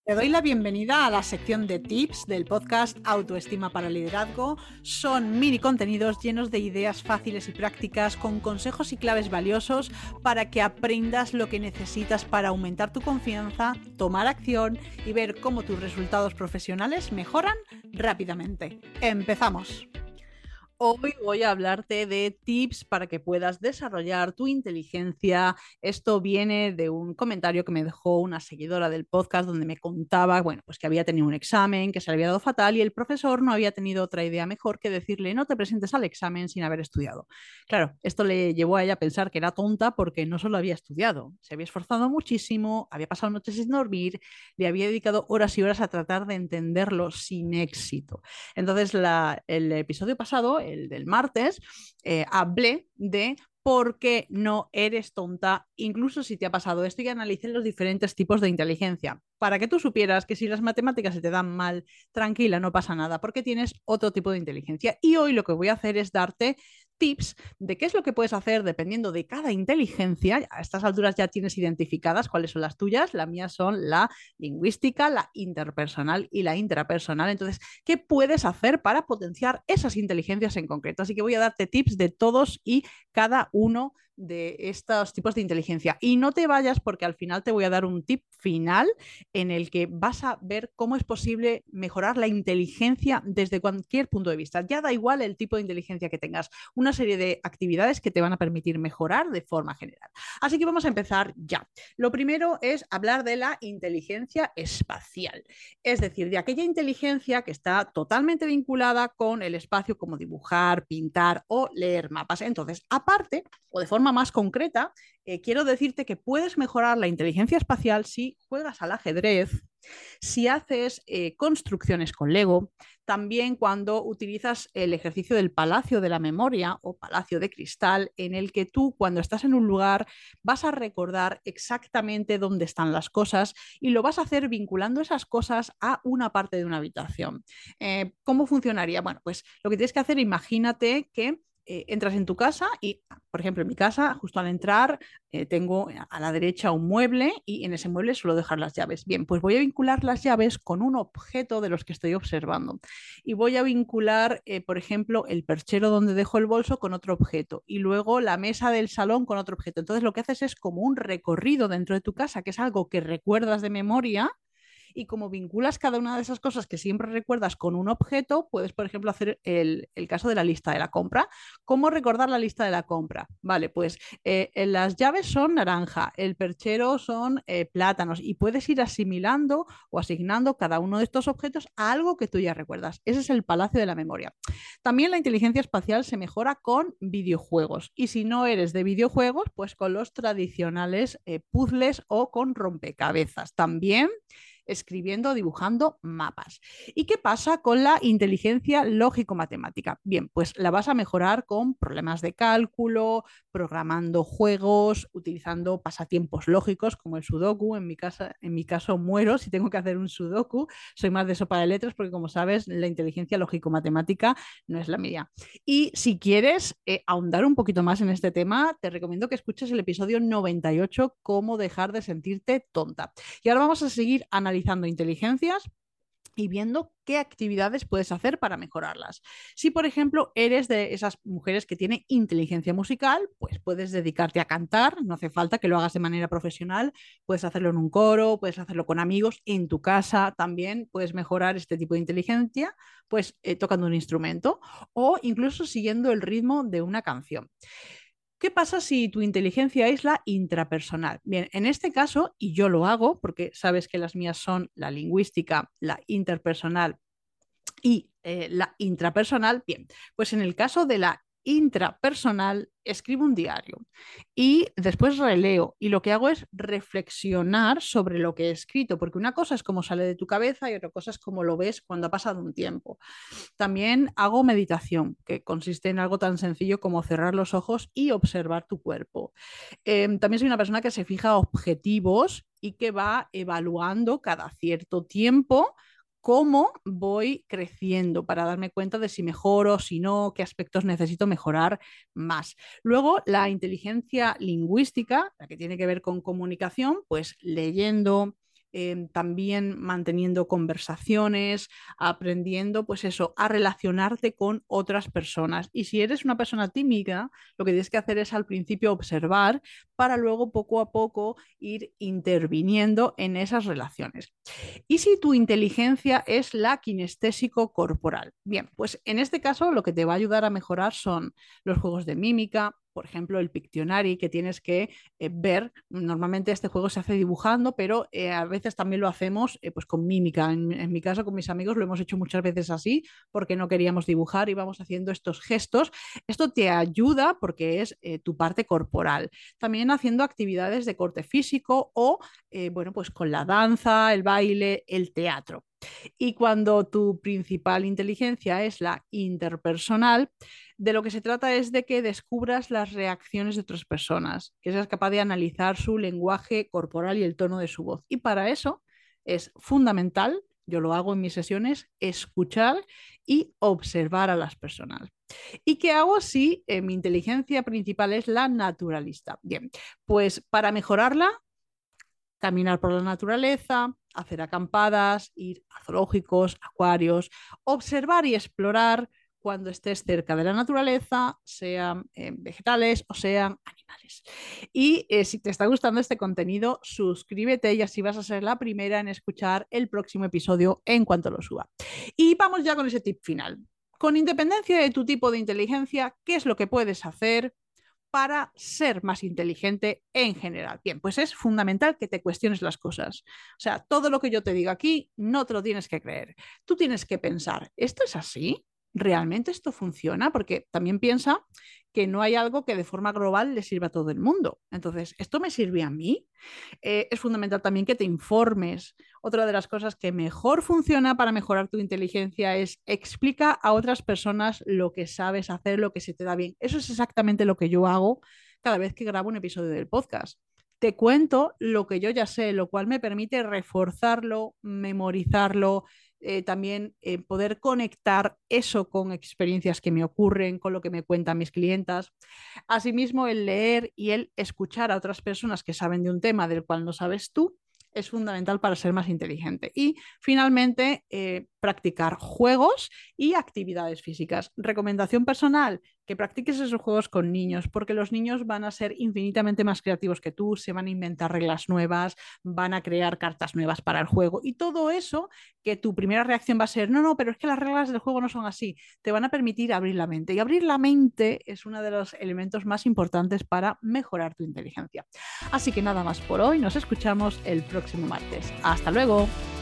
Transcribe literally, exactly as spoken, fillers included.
Te doy la bienvenida a la sección de tips del podcast Autoestima para Liderazgo. Son mini contenidos llenos de ideas fáciles y prácticas con consejos y claves valiosos para que aprendas lo que necesitas para aumentar tu confianza, tomar acción y ver cómo tus resultados profesionales mejoran rápidamente. ¡Empezamos! Hoy voy a hablarte de tips para que puedas desarrollar tu inteligencia. Esto viene de un comentario que me dejó una seguidora del podcast donde me contaba, bueno, pues que había tenido un examen, que se le había dado fatal y el profesor no había tenido otra idea mejor que decirle no te presentes al examen sin haber estudiado. Claro, esto le llevó a ella a pensar que era tonta porque no solo había estudiado, se había esforzado muchísimo, había pasado noches sin dormir, le había dedicado horas y horas a tratar de entenderlo sin éxito. Entonces, la, el episodio pasado, el del martes, eh, hablé de por qué no eres tonta, incluso si te ha pasado esto, y analicé los diferentes tipos de inteligencia, para que tú supieras que si las matemáticas se te dan mal, tranquila, no pasa nada, porque tienes otro tipo de inteligencia. Y hoy lo que voy a hacer es darte tips de qué es lo que puedes hacer dependiendo de cada inteligencia. A estas alturas ya tienes identificadas cuáles son las tuyas. Las mías son la lingüística, la interpersonal y la intrapersonal. Entonces, ¿qué puedes hacer para potenciar esas inteligencias en concreto? Así que voy a darte tips de todos y cada uno de estos tipos de inteligencia. Y no te vayas porque al final te voy a dar un tip final en el que vas a ver cómo es posible mejorar la inteligencia desde cualquier punto de vista. Ya da igual el tipo de inteligencia que tengas, una serie de actividades que te van a permitir mejorar de forma general. Así que vamos a empezar ya. Lo primero es hablar de la inteligencia espacial, es decir, de aquella inteligencia que está totalmente vinculada con el espacio, como dibujar, pintar o leer mapas. Entonces, aparte, o de forma más concreta, eh, quiero decirte que puedes mejorar la inteligencia espacial si juegas al ajedrez, si haces eh, construcciones con Lego, también cuando utilizas el ejercicio del palacio de la memoria o palacio de cristal, en el que tú cuando estás en un lugar vas a recordar exactamente dónde están las cosas y lo vas a hacer vinculando esas cosas a una parte de una habitación. Eh, ¿Cómo funcionaría? Bueno, pues lo que tienes que hacer, imagínate que Eh, entras en tu casa y, por ejemplo, en mi casa, justo al entrar, eh, tengo a la derecha un mueble y en ese mueble suelo dejar las llaves. Bien, pues voy a vincular las llaves con un objeto de los que estoy observando. Y voy a vincular, eh, por ejemplo, el perchero donde dejo el bolso con otro objeto y luego la mesa del salón con otro objeto. Entonces lo que haces es como un recorrido dentro de tu casa, que es algo que recuerdas de memoria. Y como vinculas cada una de esas cosas que siempre recuerdas con un objeto, puedes, por ejemplo, hacer el, el caso de la lista de la compra. ¿Cómo recordar la lista de la compra? Vale, pues eh, las llaves son naranja, el perchero son eh, plátanos y puedes ir asimilando o asignando cada uno de estos objetos a algo que tú ya recuerdas. Ese es el palacio de la memoria. También la inteligencia espacial se mejora con videojuegos y si no eres de videojuegos, pues con los tradicionales eh, puzzles o con rompecabezas. También escribiendo, dibujando mapas. ¿Y qué pasa con la inteligencia lógico-matemática? Bien, pues la vas a mejorar con problemas de cálculo, programando juegos, utilizando pasatiempos lógicos como el sudoku. En mi, casa, en mi caso muero si tengo que hacer un sudoku. Soy más de sopa de letras porque, como sabes, la inteligencia lógico-matemática no es la mía. Y si quieres eh, ahondar un poquito más en este tema, te recomiendo que escuches el episodio noventa y ocho, Cómo dejar de sentirte tonta. Y ahora vamos a seguir analizando inteligencias y viendo qué actividades puedes hacer para mejorarlas. Si, por ejemplo, eres de esas mujeres que tienen inteligencia musical, pues puedes dedicarte a cantar, no hace falta que lo hagas de manera profesional, puedes hacerlo en un coro, puedes hacerlo con amigos, en tu casa también puedes mejorar este tipo de inteligencia, pues eh, tocando un instrumento o incluso siguiendo el ritmo de una canción. ¿Qué pasa si tu inteligencia es la intrapersonal? Bien, en este caso, y yo lo hago porque sabes que las mías son la lingüística, la interpersonal y eh, la intrapersonal, bien, pues en el caso de la intrapersonal escribo un diario y después releo y lo que hago es reflexionar sobre lo que he escrito, porque una cosa es cómo sale de tu cabeza y otra cosa es cómo lo ves cuando ha pasado un tiempo. También hago meditación, que consiste en algo tan sencillo como cerrar los ojos y observar tu cuerpo. Eh, también soy una persona que se fija objetivos y que va evaluando cada cierto tiempo cómo voy creciendo para darme cuenta de si mejoro, si no, qué aspectos necesito mejorar más. Luego, la inteligencia lingüística, la que tiene que ver con comunicación, pues leyendo, eh, también manteniendo conversaciones, aprendiendo, pues eso, a relacionarte con otras personas. Y si eres una persona tímida, lo que tienes que hacer es al principio observar para luego poco a poco ir interviniendo en esas relaciones. ¿Y si tu inteligencia es la kinestésico corporal? Bien, pues en este caso lo que te va a ayudar a mejorar son los juegos de mímica, por ejemplo, el Pictionary, que tienes que eh, ver. Normalmente este juego se hace dibujando, pero eh, a veces también lo hacemos eh, pues con mímica. En, en, mi caso, con mis amigos, lo hemos hecho muchas veces así, porque no queríamos dibujar y vamos haciendo estos gestos. Esto te ayuda porque es eh, tu parte corporal. También haciendo actividades de corte físico o, eh, bueno, pues con la danza, el baile, el teatro. Y cuando tu principal inteligencia es la interpersonal, de lo que se trata es de que descubras las reacciones de otras personas, que seas capaz de analizar su lenguaje corporal y el tono de su voz. Y para eso es fundamental, yo lo hago en mis sesiones, escuchar y observar a las personas. ¿Y qué hago si eh, mi inteligencia principal es la naturalista? Bien, pues para mejorarla, caminar por la naturaleza, hacer acampadas, ir a zoológicos, acuarios, observar y explorar cuando estés cerca de la naturaleza, sean eh, vegetales o sean animales. Y eh, si te está gustando este contenido, suscríbete y así vas a ser la primera en escuchar el próximo episodio en cuanto lo suba. Y vamos ya con ese tip final. Con independencia de tu tipo de inteligencia, ¿qué es lo que puedes hacer para ser más inteligente en general? Bien, pues es fundamental que te cuestiones las cosas. O sea, todo lo que yo te digo aquí no te lo tienes que creer. Tú tienes que pensar, ¿esto es así? ¿Realmente esto funciona? Porque también piensa que no hay algo que de forma global le sirva a todo el mundo. Entonces, ¿esto me sirve a mí? Eh, es fundamental también que te informes. Otra de las cosas que mejor funciona para mejorar tu inteligencia es explica a otras personas lo que sabes hacer, lo que se te da bien. Eso es exactamente lo que yo hago cada vez que grabo un episodio del podcast. Te cuento lo que yo ya sé, lo cual me permite reforzarlo, memorizarlo, eh, también eh, poder conectar eso con experiencias que me ocurren, con lo que me cuentan mis clientas. Asimismo, el leer y el escuchar a otras personas que saben de un tema del cual no sabes tú es fundamental para ser más inteligente. Y finalmente, eh, practicar juegos y actividades físicas. Recomendación personal, que practiques esos juegos con niños, porque los niños van a ser infinitamente más creativos que tú, se van a inventar reglas nuevas, van a crear cartas nuevas para el juego y todo eso que tu primera reacción va a ser, no, no, pero es que las reglas del juego no son así, te van a permitir abrir la mente. Y abrir la mente es uno de los elementos más importantes para mejorar tu inteligencia. Así que nada más por hoy, nos escuchamos el próximo martes. ¡Hasta luego!